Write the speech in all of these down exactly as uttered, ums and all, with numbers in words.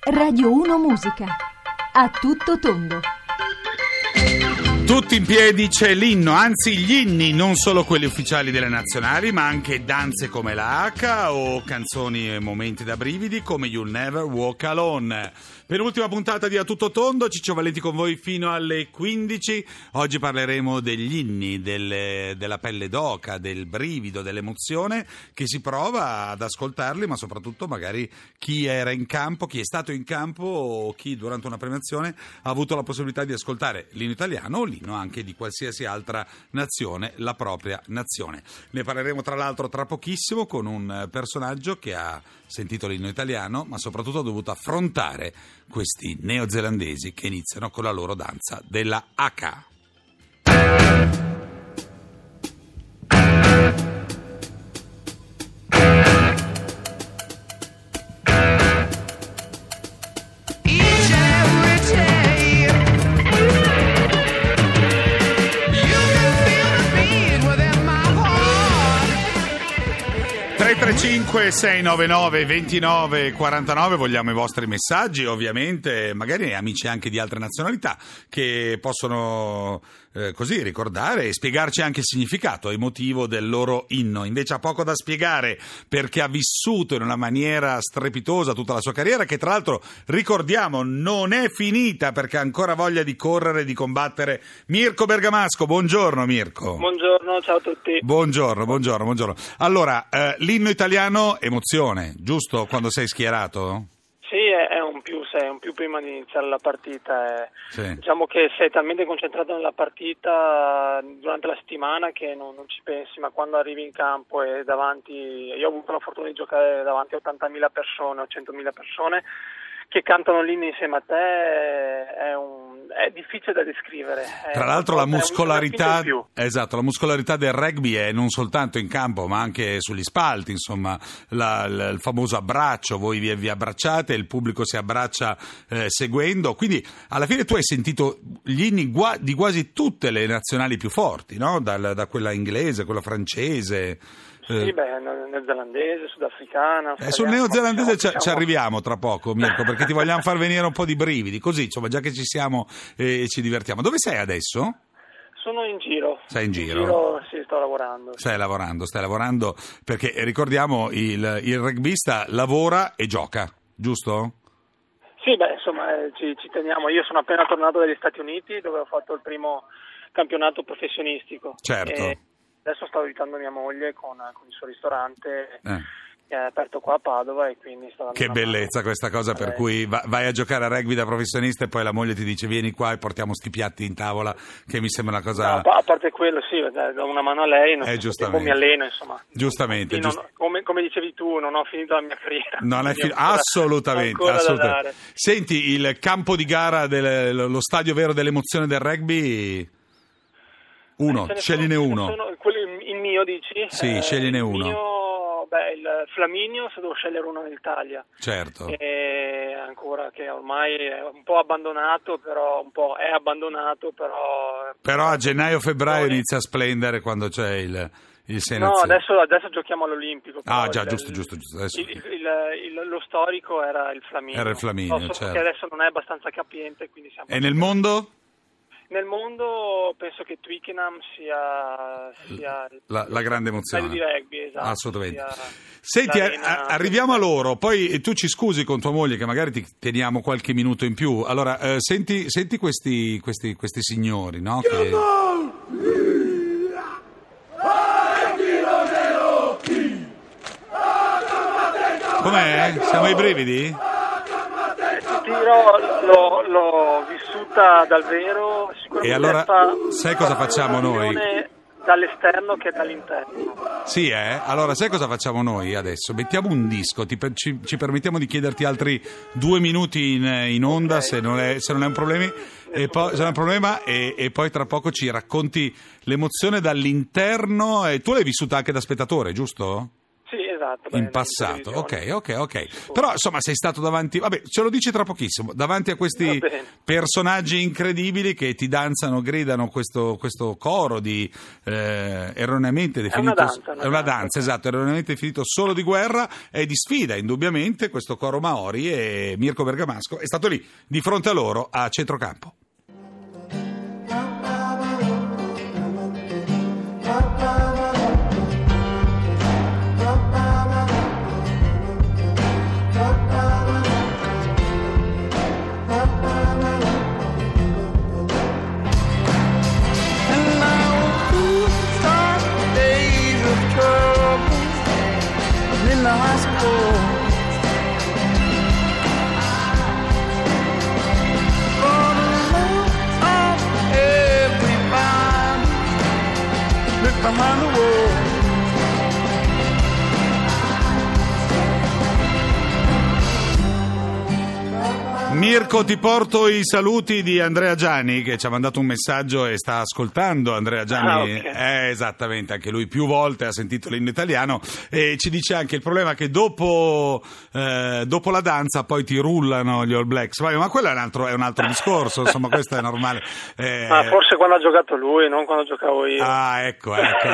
Radio uno Musica, a tutto tondo. Tutti in piedi, c'è l'inno, anzi gli inni, non solo quelli ufficiali delle nazionali, ma anche danze come la Haka o canzoni e momenti da brividi come You'll Never Walk Alone. Penultima puntata di A Tutto Tondo, Ciccio Valenti con voi fino alle quindici. Oggi parleremo degli inni, delle, della pelle d'oca, del brivido, dell'emozione che si prova ad ascoltarli, ma soprattutto magari chi era in campo, chi è stato in campo o chi durante una premiazione ha avuto la possibilità di ascoltare l'inno italiano o l'inno anche di qualsiasi altra nazione, la propria nazione. Ne parleremo tra l'altro tra pochissimo con un personaggio che ha sentito l'inno italiano, ma soprattutto ha dovuto affrontare questi neozelandesi che iniziano con la loro danza della Haka. tre tre cinque sei nove nove due nove quattro nove, vogliamo i vostri messaggi, ovviamente, magari amici anche di altre nazionalità che possono eh, così ricordare e spiegarci anche il significato emotivo del loro inno. Invece ha poco da spiegare perché ha vissuto in una maniera strepitosa tutta la sua carriera, che tra l'altro ricordiamo non è finita perché ha ancora voglia di correre e di combattere. Mirko Bergamasco, buongiorno Mirko. Buongiorno, ciao a tutti. Buongiorno, buongiorno, buongiorno. Allora, eh, l'inno italiano, emozione, giusto? Quando sei schierato? Sì, è, è un più, sei un più prima di iniziare la partita. È, sì. Diciamo che sei talmente concentrato nella partita durante la settimana che non, non ci pensi, ma quando arrivi in campo e davanti, io ho avuto la fortuna di giocare davanti a ottantamila persone o centomila persone che cantano l'inno insieme a te, è, un, è difficile da descrivere. Tra l'altro la muscolarità, esatto, la muscolarità del rugby è non soltanto in campo ma anche sugli spalti, insomma, la, la, il famoso abbraccio, voi vi, vi abbracciate, il pubblico si abbraccia eh, seguendo, quindi alla fine tu hai sentito gli inni gua, di quasi tutte le nazionali più forti, no? Dal, da quella inglese, quella francese. Sì, beh, neozelandese, sudafricana. Eh, sul neozelandese ci, ci arriviamo tra poco, Mirko, perché ti vogliamo far venire un po' di brividi, così, insomma, già che ci siamo e eh, ci divertiamo. Dove sei adesso? Sono in giro. Sei in giro? In giro, sì, sto lavorando. Stai lavorando, stai lavorando, perché ricordiamo il, il rugbista lavora e gioca, giusto? Sì, beh, insomma, eh, ci, ci teniamo. Io sono appena tornato dagli Stati Uniti, dove ho fatto il primo campionato professionistico. Certo. E adesso sto aiutando mia moglie con, con il suo ristorante eh. che è aperto qua a Padova e quindi sto Che bellezza mano. Questa cosa per cui va, vai a giocare a rugby da professionista e poi la moglie ti dice vieni qua e portiamo sti piatti in tavola, che mi sembra una cosa... No, a parte quello sì, do una mano a lei, non eh, so, giustamente. mi alleno insomma. Giustamente. Non, giust... come, come dicevi tu, non ho finito la mia carriera. Non è fi... Assolutamente, assolutamente. Senti, il campo di gara, del, lo stadio vero dell'emozione del rugby... Uno, eh, scegliene sono, uno. Sono, quello, il mio dici? Sì, eh, scegliene uno. Il mio, beh, il Flaminio, se devo scegliere uno in Italia. Certo. E ancora che ormai è un po' abbandonato, però un po' è abbandonato, però... Però a gennaio-febbraio inizia a splendere quando c'è il... Il no, adesso, adesso giochiamo all'Olimpico. Ah, già, il, giusto, giusto, giusto. Adesso... Il, il, il, lo storico era il Flaminio. Era il Flaminio, no, certo. Che adesso non è abbastanza capiente, quindi siamo... E nel mondo? Nel mondo penso che Twickenham sia, sia la, la grande emozione di rugby, esatto, assolutamente. Senti, a, arriviamo a loro, poi tu ci scusi con tua moglie che magari ti teniamo qualche minuto in più. Allora, eh, senti, senti questi, questi, questi signori, no? Che... Com'è? Siamo ai brividi? Ti dirò, l'ho, l'ho vissuta dal vero. E allora sai cosa facciamo noi? Dall'esterno che dall'interno. Sì, eh? Allora sai cosa facciamo noi adesso? Mettiamo un disco, ti, ci, ci permettiamo di chiederti altri due minuti in, in onda, okay. se, non è, se non è un problema, e poi, se non è un problema e, e poi tra poco ci racconti l'emozione dall'interno. E tu l'hai vissuta anche da spettatore, giusto? Sì, esatto. Esatto. In beh, passato, in ok, ok, ok. Però insomma sei stato davanti, vabbè, ce lo dici tra pochissimo, davanti a questi personaggi incredibili che ti danzano, gridano questo, questo coro di eh, erroneamente definito... È una danza. Una, è una danza, danza, esatto, erroneamente definito solo di guerra e di sfida, indubbiamente, questo coro Maori, e Mirko Bergamasco è stato lì, di fronte a loro, a centrocampo. Behind the wall. Mirko, ti porto i saluti di Andrea Gianni, che ci ha mandato un messaggio e sta ascoltando. Andrea Gianni, ah, okay. eh, esattamente, anche lui più volte ha sentito l'inno italiano e ci dice anche il problema che dopo, eh, dopo la danza poi ti rullano gli All Blacks. Ma quello è un altro, è un altro discorso, insomma, questo è normale. Eh, ma forse quando ha giocato lui, non quando giocavo io. Ah, ecco, ecco.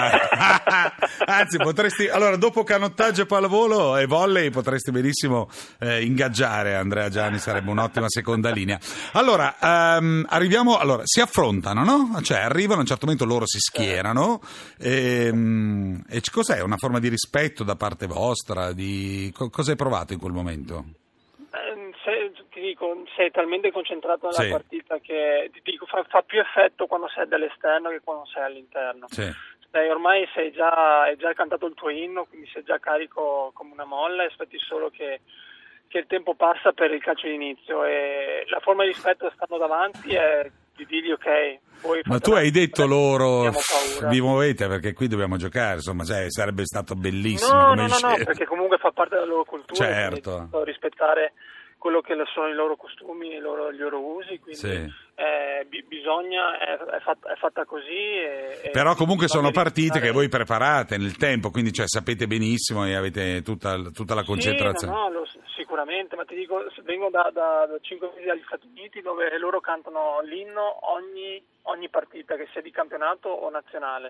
Anzi, potresti, allora, dopo canottaggio e pallavolo e volley potresti benissimo eh, ingaggiare Andrea Gianni, sarebbe un'ottima seconda linea. Allora, um, arriviamo, allora, si affrontano, no? Cioè, arrivano, a un certo momento loro si schierano e, um, e cos'è? Una forma di rispetto da parte vostra? Di co- cosa hai provato in quel momento? Eh, se, ti dico, sei talmente concentrato nella sì. partita che ti dico, fa, fa più effetto quando sei dall'esterno che quando sei all'interno. Sì. Sei, ormai sei già, hai già cantato il tuo inno, quindi sei già carico come una molla e aspetti solo che che il tempo passa per il calcio d'inizio e la forma di rispetto stanno davanti è di dirgli ok. Voi ma tu hai detto loro vi muovete muovete perché qui dobbiamo giocare, insomma, cioè, sarebbe stato bellissimo. No, come no, no, no, perché comunque fa parte della loro cultura. Certo. Rispettare quello che sono i loro costumi, i loro, gli loro usi, quindi sì. eh, b- bisogna, è, è, fatta, è fatta così. E, però comunque sono partite che voi preparate preparate nel tempo, quindi cioè, sapete benissimo e avete tutta, tutta la concentrazione. Sì, no, no, lo, sicuramente, ma ti dico, vengo da, da, da cinque mesi dagli Stati Uniti dove loro cantano l'inno ogni, ogni partita, che sia di campionato o nazionale,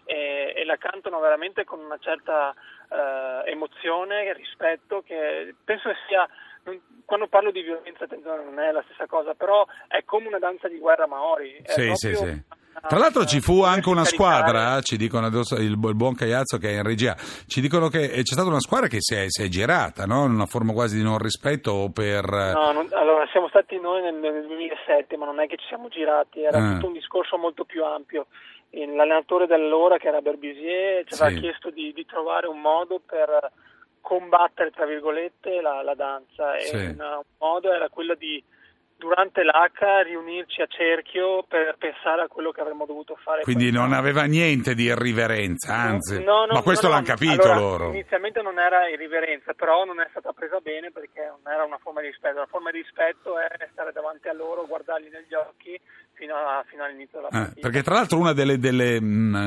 e, e la cantano veramente con una certa eh, emozione e rispetto che penso che sia... Quando parlo di violenza, attenzione, non è la stessa cosa, però è come una danza di guerra Maori. È sì, sì, sì. una, tra l'altro ci fu anche una caricare. squadra, ci dicono adesso il, il buon Cagliazzo che è in regia, ci dicono che c'è stata una squadra che si è, si è girata, no? In una forma quasi di non rispetto o per... No, non, allora siamo stati noi nel, nel duemilasette, ma non è che ci siamo girati, era ah. tutto un discorso molto più ampio. L'allenatore dell'ora, che era Berbizier, ci aveva sì. chiesto di, di trovare un modo per combattere, tra virgolette, la, la danza, e sì. una, un modo era quello di, durante l'H, riunirci a cerchio per pensare a quello che avremmo dovuto fare. Quindi non aveva niente di irriverenza, anzi, no, no, ma questo no, l'hanno no. capito allora, loro. Inizialmente non era irriverenza, però non è stata presa bene perché non era una forma di rispetto. La forma di rispetto è stare davanti a loro, guardarli negli occhi fino, a, fino all'inizio della partita. Eh, perché tra l'altro una delle, delle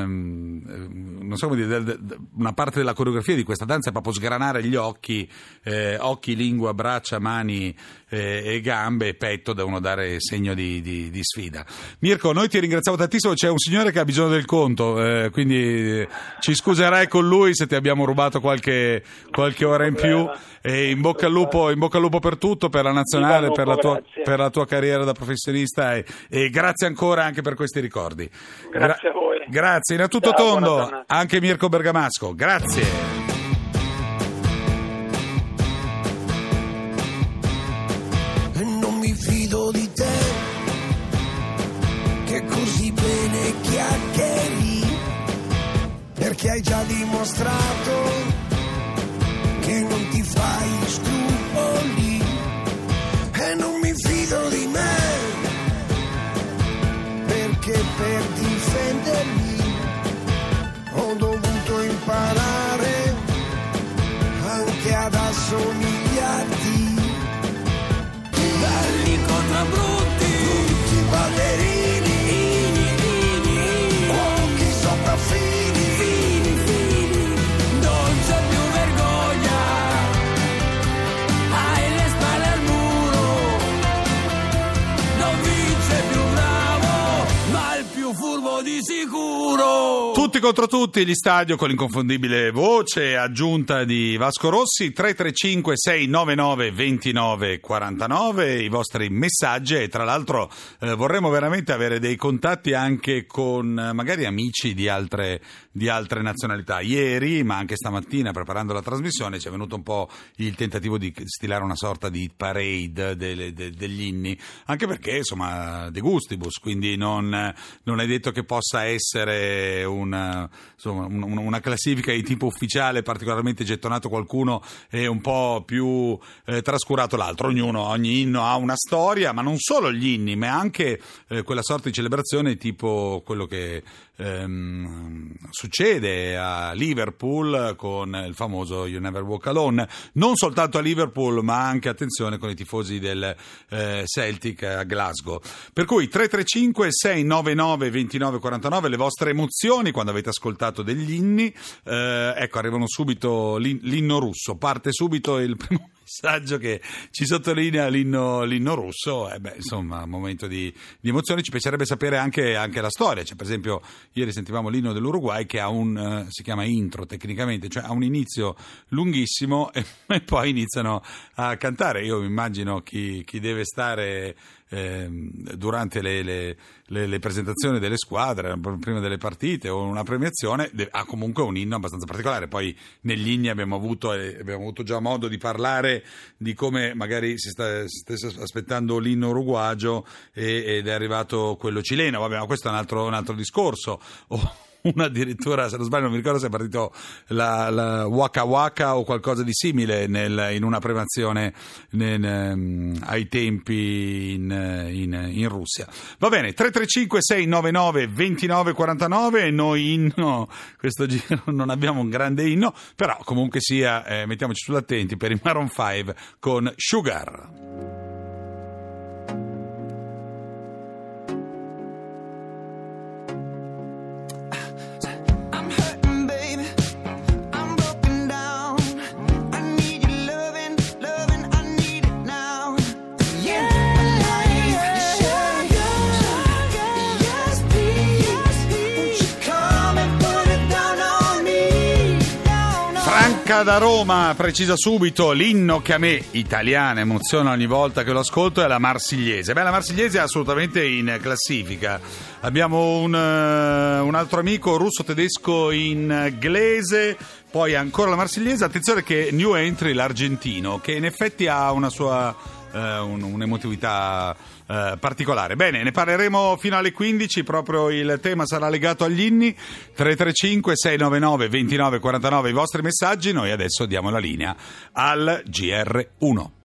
mh, non so come dire, de, de, una parte della coreografia di questa danza è proprio sgranare gli occhi, eh, occhi, lingua, braccia, mani eh, e gambe e petto, devono dare segno di, di, di sfida. Mirko, noi ti ringraziamo tantissimo, c'è un signore che ha bisogno del conto, eh, quindi eh, ci scuserai con lui se ti abbiamo rubato qualche, qualche ora in più, e in bocca al lupo, in bocca al lupo per tutto, per la nazionale, per la tua, per la tua carriera da professionista, e, e grazie ancora anche per questi ricordi. Grazie Gra- a voi. Grazie, in a tutto Ciao, tondo, anche Mirko Bergamasco, grazie. Non mi fido di te, che così bene chiacchieri, perché hai già dimostrato che non ti fai scrupoli, e non mi fido di me, perché per difendermi ho dovuto imparare anche ad assomigliarti. Belli contra brutti, brutti ballerini, ini, ini, occhi sopraffini, fini, fini, non c'è più vergogna. contro tutti, gli stadio con l'inconfondibile voce aggiunta di Vasco Rossi. Tre tre cinque sei nove nove due nove quattro nove, i vostri messaggi, e tra l'altro eh, vorremmo veramente avere dei contatti anche con eh, magari amici di altre, di altre nazionalità. Ieri, ma anche stamattina preparando la trasmissione, ci è venuto un po' il tentativo di stilare una sorta di parade delle, de, degli inni, anche perché insomma de gustibus, quindi non, non è detto che possa essere una, insomma, un, una classifica di tipo ufficiale, particolarmente gettonato qualcuno e un po' più eh, trascurato l'altro. Ognuno, ogni inno ha una storia, ma non solo gli inni, ma anche eh, quella sorta di celebrazione tipo quello che ehm, succede a Liverpool con il famoso You Never Walk Alone, non soltanto a Liverpool ma anche, attenzione, con i tifosi del eh, Celtic a Glasgow. Per cui tre tre cinque sei nove nove due nove quattro nove, le vostre emozioni quando avete ascoltato degli inni. Eh, ecco, arrivano subito l'in- l'inno russo, parte subito il primo messaggio che ci sottolinea l'inno, l'inno russo. Eh beh, insomma, momento di, di emozioni. Ci piacerebbe sapere anche, anche la storia. Cioè, per esempio, ieri sentivamo l'inno dell'Uruguay che ha un, uh, si chiama intro tecnicamente, cioè ha un inizio lunghissimo e, e poi iniziano a cantare. Io mi immagino chi, chi deve stare eh, durante le, le, le, le presentazioni delle squadre, prima delle partite o una premiazione, de- ha comunque un inno abbastanza particolare. Poi negli inni abbiamo avuto, eh, abbiamo avuto già modo di parlare di come magari si, sta, si stesse aspettando l'inno uruguagio e, ed è arrivato quello cileno. Vabbè, ma questo è un altro, un altro discorso. Oh. Una addirittura, se non sbaglio, non mi ricordo se è partito la, la Waka Waka o qualcosa di simile nel, in una premiazione nel, um, ai tempi in, in, in Russia. Va bene, tre tre cinque sei nove nove due nove quattro nove. Noi inno questo giro non abbiamo un grande inno, però comunque sia, eh, mettiamoci sull'attenti per i Maroon cinque con Sugar. Da Roma precisa subito: l'inno che a me, italiana, emoziona ogni volta che lo ascolto è la Marsigliese. Beh, la Marsigliese è assolutamente in classifica. Abbiamo un, uh, un altro amico russo-tedesco inglese, poi ancora la Marsigliese. Attenzione che new entry l'argentino, che in effetti ha una sua uh, un, un'emotività uh, particolare. Bene, ne parleremo fino alle quindici, proprio il tema sarà legato agli inni. Tre tre cinque sei nove nove due nove quattro nove, i vostri messaggi. Noi adesso diamo la linea al G R uno.